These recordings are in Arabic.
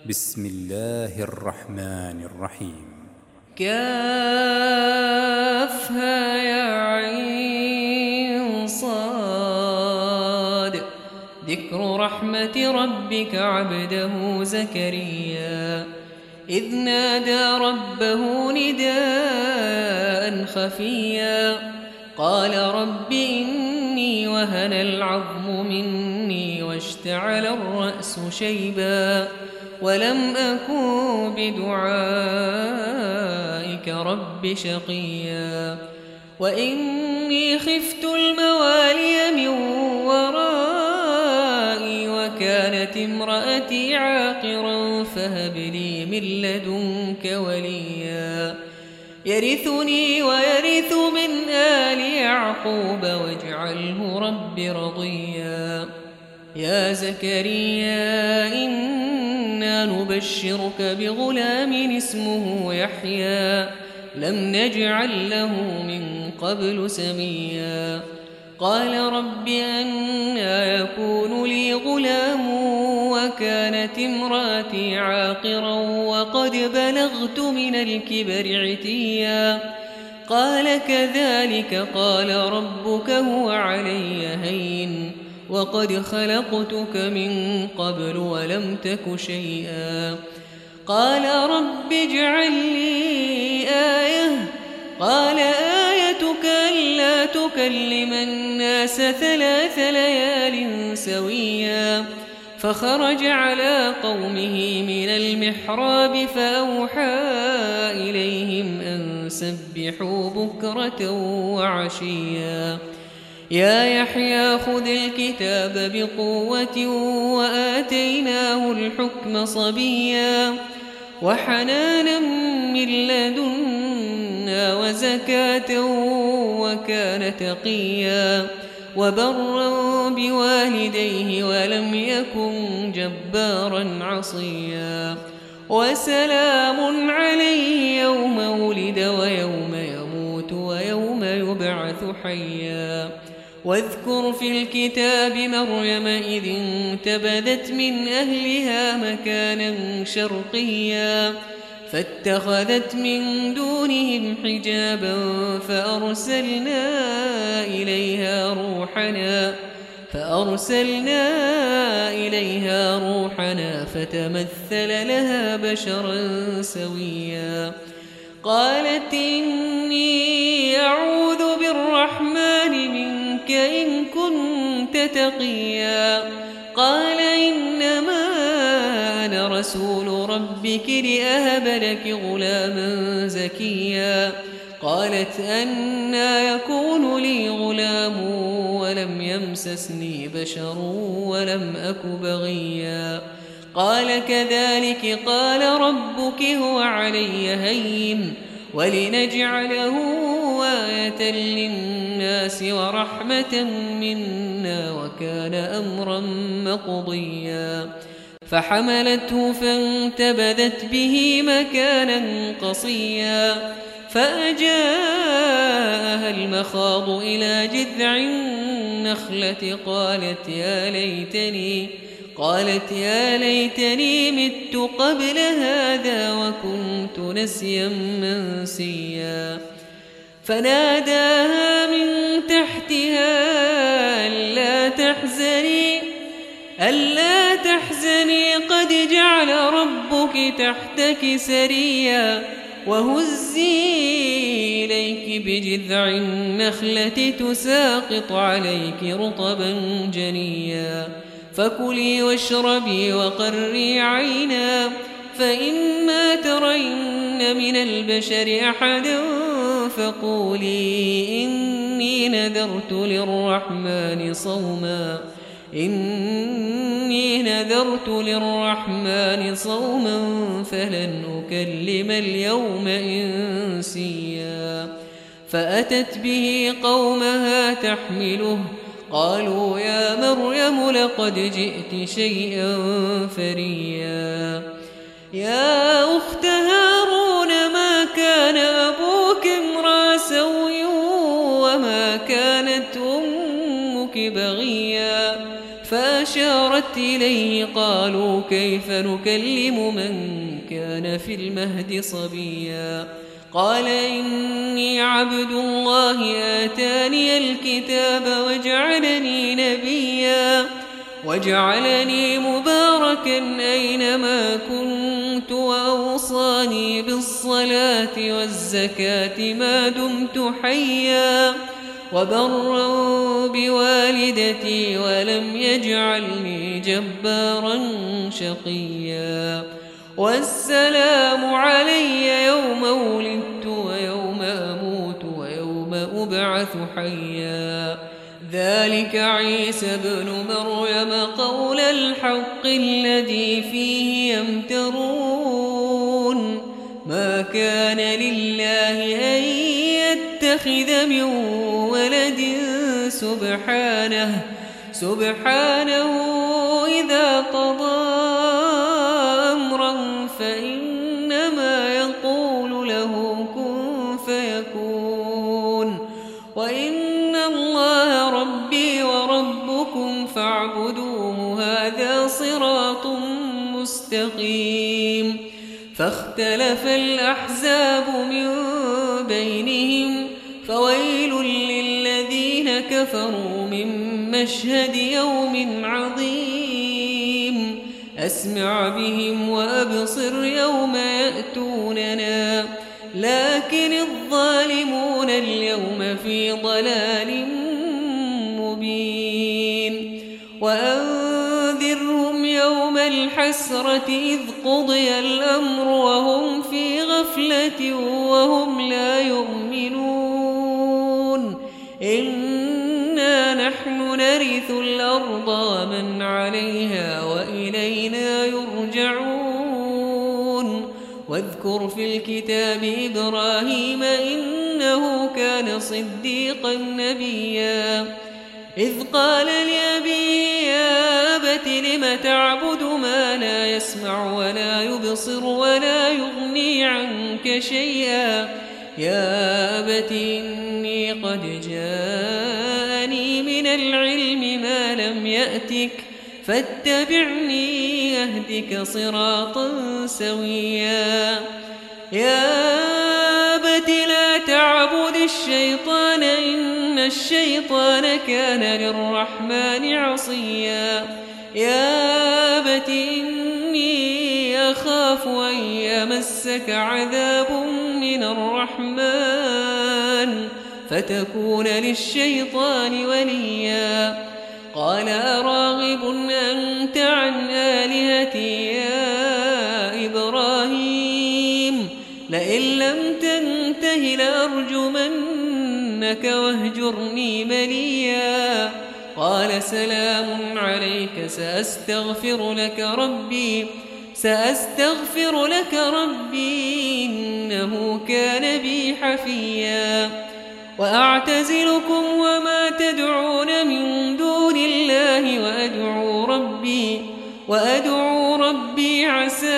بسم الله الرحمن الرحيم. كافها يا عين صاد. ذكر رحمة ربك عبده زكريا إذ نادى ربه نداء خفيا قال رب إني وهن العظم مني واشتعل الرأس شيبا ولم أكن بدعائك رب شقيا وإني خفت الموالي من ورائي وكانت امرأتي عاقرا فهب لي من لدنك وليا يرثني ويرث من آل يعقوب واجعله رب رضيا يا زكريا إنا نبشرك بغلام اسمه يحيى لم نجعل له من قبل سميا قال رب أنى يكون لي غلام وكانت امرأتي عاقرا وقد بلغت من الكبر عتيا قال كذلك قال ربك هو علي هين وقد خلقتك من قبل ولم تك شيئا قال رب اجعل لي آية قال آيتك ألا تكلم الناس 3 ليال سويا فخرج على قومه من المحراب فأوحى إليهم أن سبحوا بكرة وعشيا يا يحيى خذ الكتاب بقوة وآتيناه الحكم صبيا وحنانا من لدنا وزكاة وكان تقيا وبرا بوالديه ولم يكن جبارا عصيا وسلام عليه يوم ولد ويوم يموت ويوم يبعث حيا واذكر في الكتاب مريم إذ انتبذت من أهلها مكانا شرقيا فاتخذت من دونهم حجابا فأرسلنا إليها روحنا فتمثل لها بشرا سويا قالت إني أعوذ بالرحمن منك إن كنت تقيا قال إنما أنا رسول ربك لأهب لك غلاما زكيا قالت أنى يكون لي غلام ولم يمسسني بشر ولم أك بغيا قال كذلك قال ربك هو علي هين ولنجعله آية للناس ورحمة منا وكان أمرا مقضيا فحملته فانتبذت به مكانا قصيا فأجاءها المخاض إلى جذع النخلة قالت يا ليتني مت قبل هذا وكنت نسيا منسيا فناداها من تحتها ألا تحزني قد جعل ربك تحتك سريا وهزي إليك بجذع النخلة تساقط عليك رطبا جنيا فكلي واشربي وقري عينا فإما ترين من البشر أحدا فقولي إني نذرت للرحمن صوما فلن أكلم اليوم إنسيا فأتت به قومها تحمله قالوا يا مريم لقد جئت شيئا فريا يا أخت هارون ما كان أبوك امرأ سوء وما كانت أمك بغيا فأشارت أشارت إليه قالوا كيف نكلم من كان في المهد صبيا قال إني عبد الله آتاني الكتاب وجعلني نبيا وجعلني مباركا أينما كنت وأوصاني بالصلاة والزكاة ما دمت حيا وبرا بوالدتي ولم يجعلني جبارا شقيا والسلام علي يوم ولدت ويوم أموت ويوم أبعث حيا ذلك عيسى ابن مريم قول الحق الذي فيه يمترون ما كان لله أن يتخذ من ولد سبحانه إذا قضى أمرا فإنما يقول له كن فيكون وإن الله ربي وربكم فاعبدوه هذا صراط مستقيم فاختلف الأحزاب من بينهم فويل للذين كفروا من مشهد يوم عظيم أسمع بهم وأبصر يوم يأتوننا لكن الظالمون اليوم في ضلال مبين وأنذرهم يوم الحسرة إذ قضي الأمر وهم في غفلة وهم لا يؤمنون إنا نحن نرث الأرض ومن عليها وإلينا يرجعون واذكر في الكتاب إبراهيم إنه كان صديقا نبيا إذ قال لأبيه يا أبت لم تعبد ما لا يسمع ولا يبصر ولا يغني عنك شيئا يا أبت إني قد جاءني من العلم ما لم يأتك فاتبعني أهدك صراطا سويا يا أبت لا تعبد الشيطان إن الشيطان كان للرحمن عصيا يا أبت إني أخاف أن يمسك عذاب من الرحمن فتكون للشيطان وليا قال أراغب أنت عن آلهتي يا إبراهيم لئن لم تنته لأرجمنك واهجرني مليا قال سلام عليك سأستغفر لك ربي إنه كان بي حفيا وأعتزلكم وما تدعون من دون الله وأدعو ربي عسى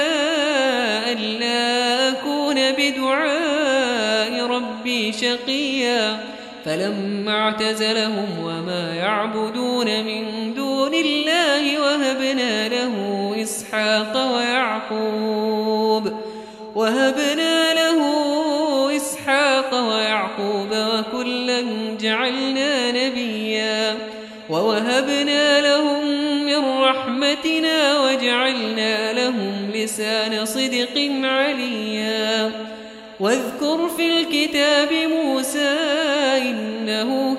ألا أكون بدعاء ربي شقيا فلما اعتزلهم وما يعبدون من دون الله وهبنا له إسحاق ويعقوب وكلا جعلنا نبيا ووهبنا لهم من رحمتنا وجعلنا لهم لسان صدق عليا واذكر في الكتاب موسى إنه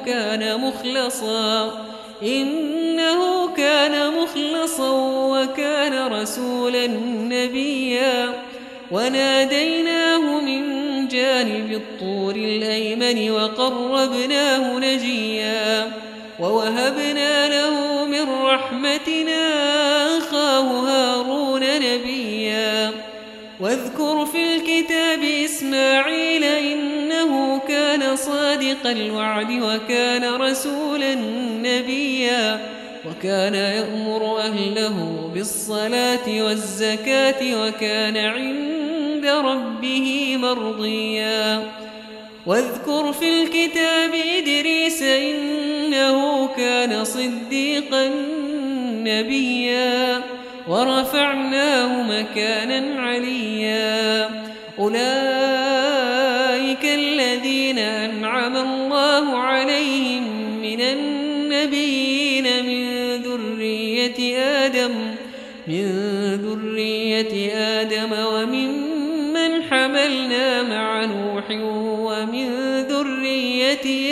كان مخلصا وكان رسولا نبيا وناديناه من جانب الطور الأيمن وقربناه نجيا ووهبنا له من رحمتنا أخاه هارون نبيا واذكر في الكتاب إسماعيل إنه كان صادق الوعد وكان رسولا نبيا وكان يأمر أهله بالصلاة والزكاة وكان عند ربه مرضيا واذكر في الكتاب إدريس إنه كان صديقا نبيا ورفعناه مكانا عليا أولئك الذين أنعم الله عليهم من النبيين من ذرية آدم وممن حملنا مع نوح ومن ذرية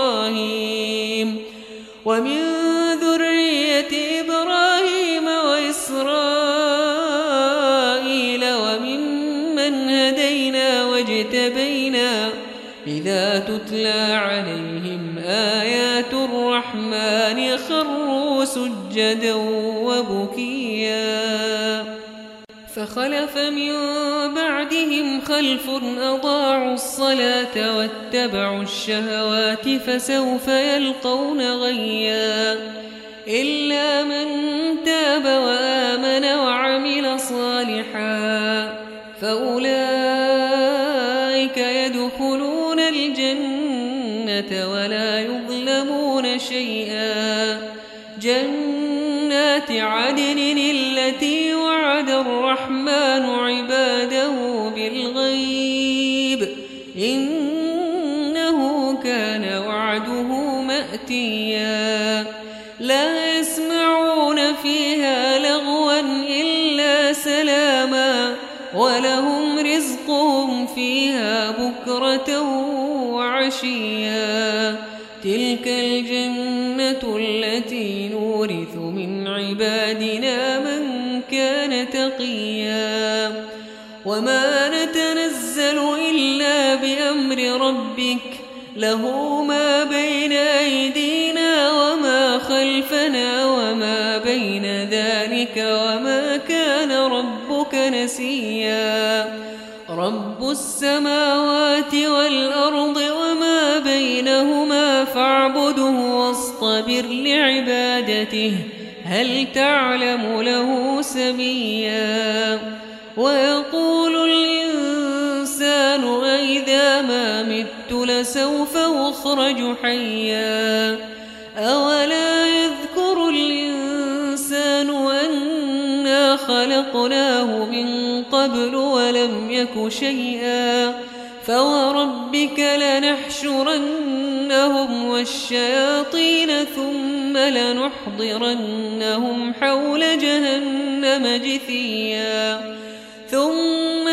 إبراهيم وإسرائيل وممن هدينا واجتبينا إذا تتلى عليهم آيات الرحمن خروا سجدا وبكيا فخلف من بعدهم خلف أضاعوا الصلاة واتبعوا الشهوات فسوف يلقون غيا إلا من تاب وآمن وعمل صالحا فأولئك يدخلون الجنة ولا يظلمون شيئا جنات عدن التي وعد الرحمن عباده بالغيب إنه كان وعده مأتيا لا يسمعون فيها لغوا إلا سلاما ولهم رزقهم فيها بكرة وعشيا تلك الجنة التي نورث من عبادنا من كان تقيا وما نتنزل إلا بأمر ربك له ما بين أيدينا وما خلفنا وما بين ذلك وما كان ربك نسيا رب السماوات والأرض وما بينهما فاعبده واصطبر لعبادته هل تعلم له سميا ويقول الإنسان أإذا ما مت لسوف أخرج حيا أولا يذكر الإنسان أنا خلقناه من قبل ولم يك شيئا فوربك لنحشرنهم والشياطين ثم لنحضرنهم حول جهنم جثيا ثم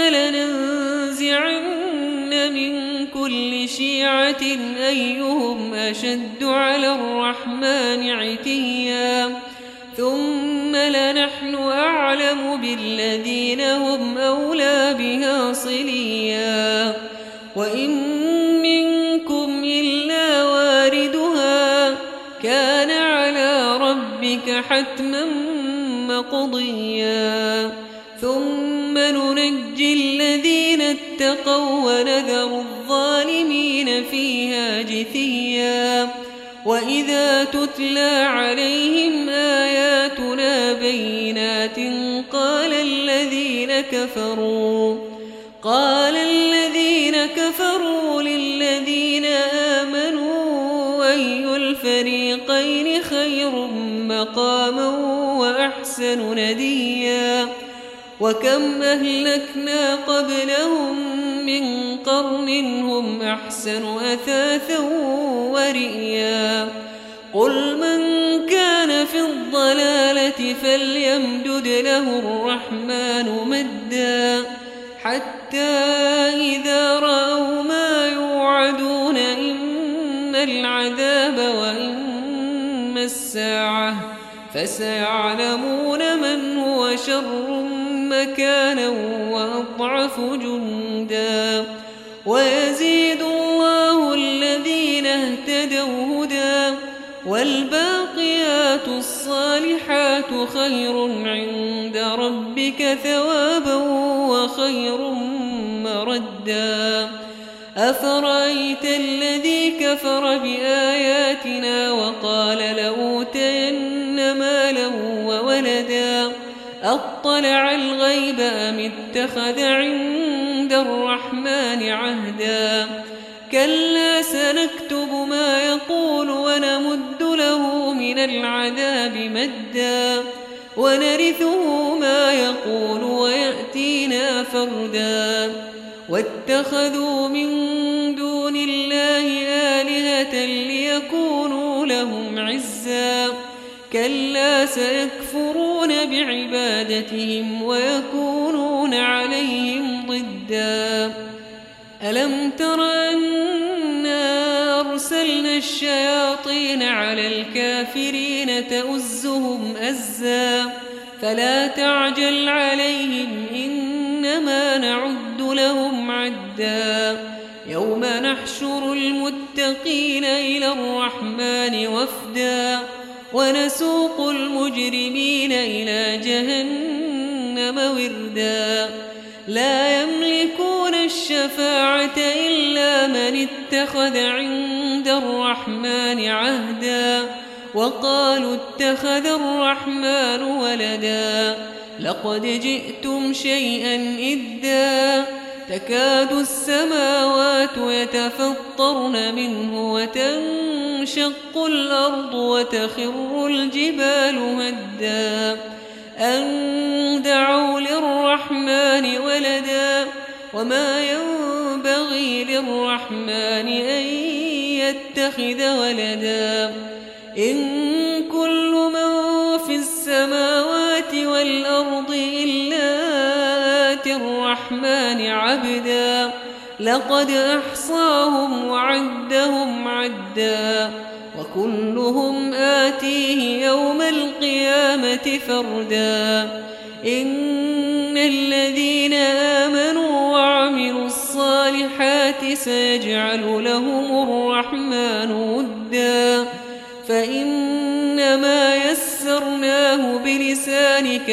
لننزعن من كل شيعة أيهم أشد على الرحمن عتيا ثم لنحن أعلم بالذين هم أولى بها صليا وإن منكم إلا واردها كان على ربك حتما مقضيا ثم ننجي الذين اتقوا ونذر الظالمين فيها جثيا وإذا تتلى عليهم آياتنا بينات قال الذين كفروا للذين آمنوا أي الفريقين خير مقاما وأحسن نديا وكم أهلكنا قبلهم من قرن هم أحسن أثاثا ورئيا قل من كان في الضلالة فليمدد له الرحمن مدا حتى إذا رأوا ما يوعدون إما العذاب وإما الساعة فسيعلمون من هو شر مكانا وأضعف جندا ويزيد الله الذين اهتدوا هدى والباقيات الصالحات خير عند ربك ثوابا وخير مردا أفرأيت الذي كفر بآياتنا وقال لأوتين مالا وولدا أطلع الغيب أم اتخذ عند الرحمن عهدا كلا سنكتب ما يقول ونمد له من العذاب مدا ونرثه ما يقول ويأتينا فردا واتخذوا من دون الله آلهة ليكونوا لهم عزا كلا سيكفرون بعبادتهم ويكونون عليهم ضدا ألم تر أنا أرسلنا الشياطين على الكافرين تؤزهم أزا فلا تعجل عليهم إنما نعد لهم عدا يوم نحشر المتقين إلى الرحمن وفدا ونسوق المجرمين إلى جهنم وردا لا يملكون الشفاعة إلا من اتخذ عند الرحمن عهدا وقالوا اتخذ الرحمن ولدا لقد جئتم شيئا إدا تكاد السماوات يتفطرن منه وتنشق الأرض وتخر الجبال هدا أن دعوا للرحمن ولدا وما ينبغي للرحمن أن يتخذ ولدا إن كل من في السماوات والأرض إلا آتي الرحمن عبدا لقد أحصاهم وعدهم عدا وكلهم آتيه يوم القيامة فردا إن الذين آمنوا وعملوا الصالحات سيجعل لهم الرحمن ودا فإنما يسرناه بلسانك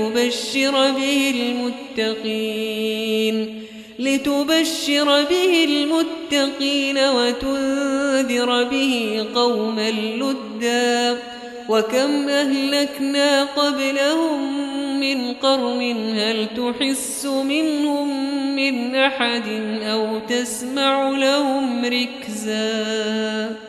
لتبشر به المتقين وتنذر به قوما لدا وكم أهلكنا قبلهم من قرن هل تحس منهم من أحد أو تسمع لهم ركزا